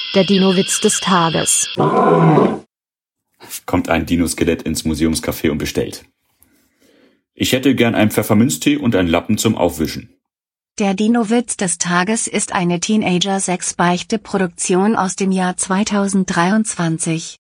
Der Dino-Witz des Tages. Kommt ein Dino-Skelett ins Museumscafé und bestellt: Ich hätte gern einen Pfefferminztee und einen Lappen zum Aufwischen. Der Dino-Witz des Tages ist eine Teenager-6-Beichte-Produktion aus dem Jahr 2023.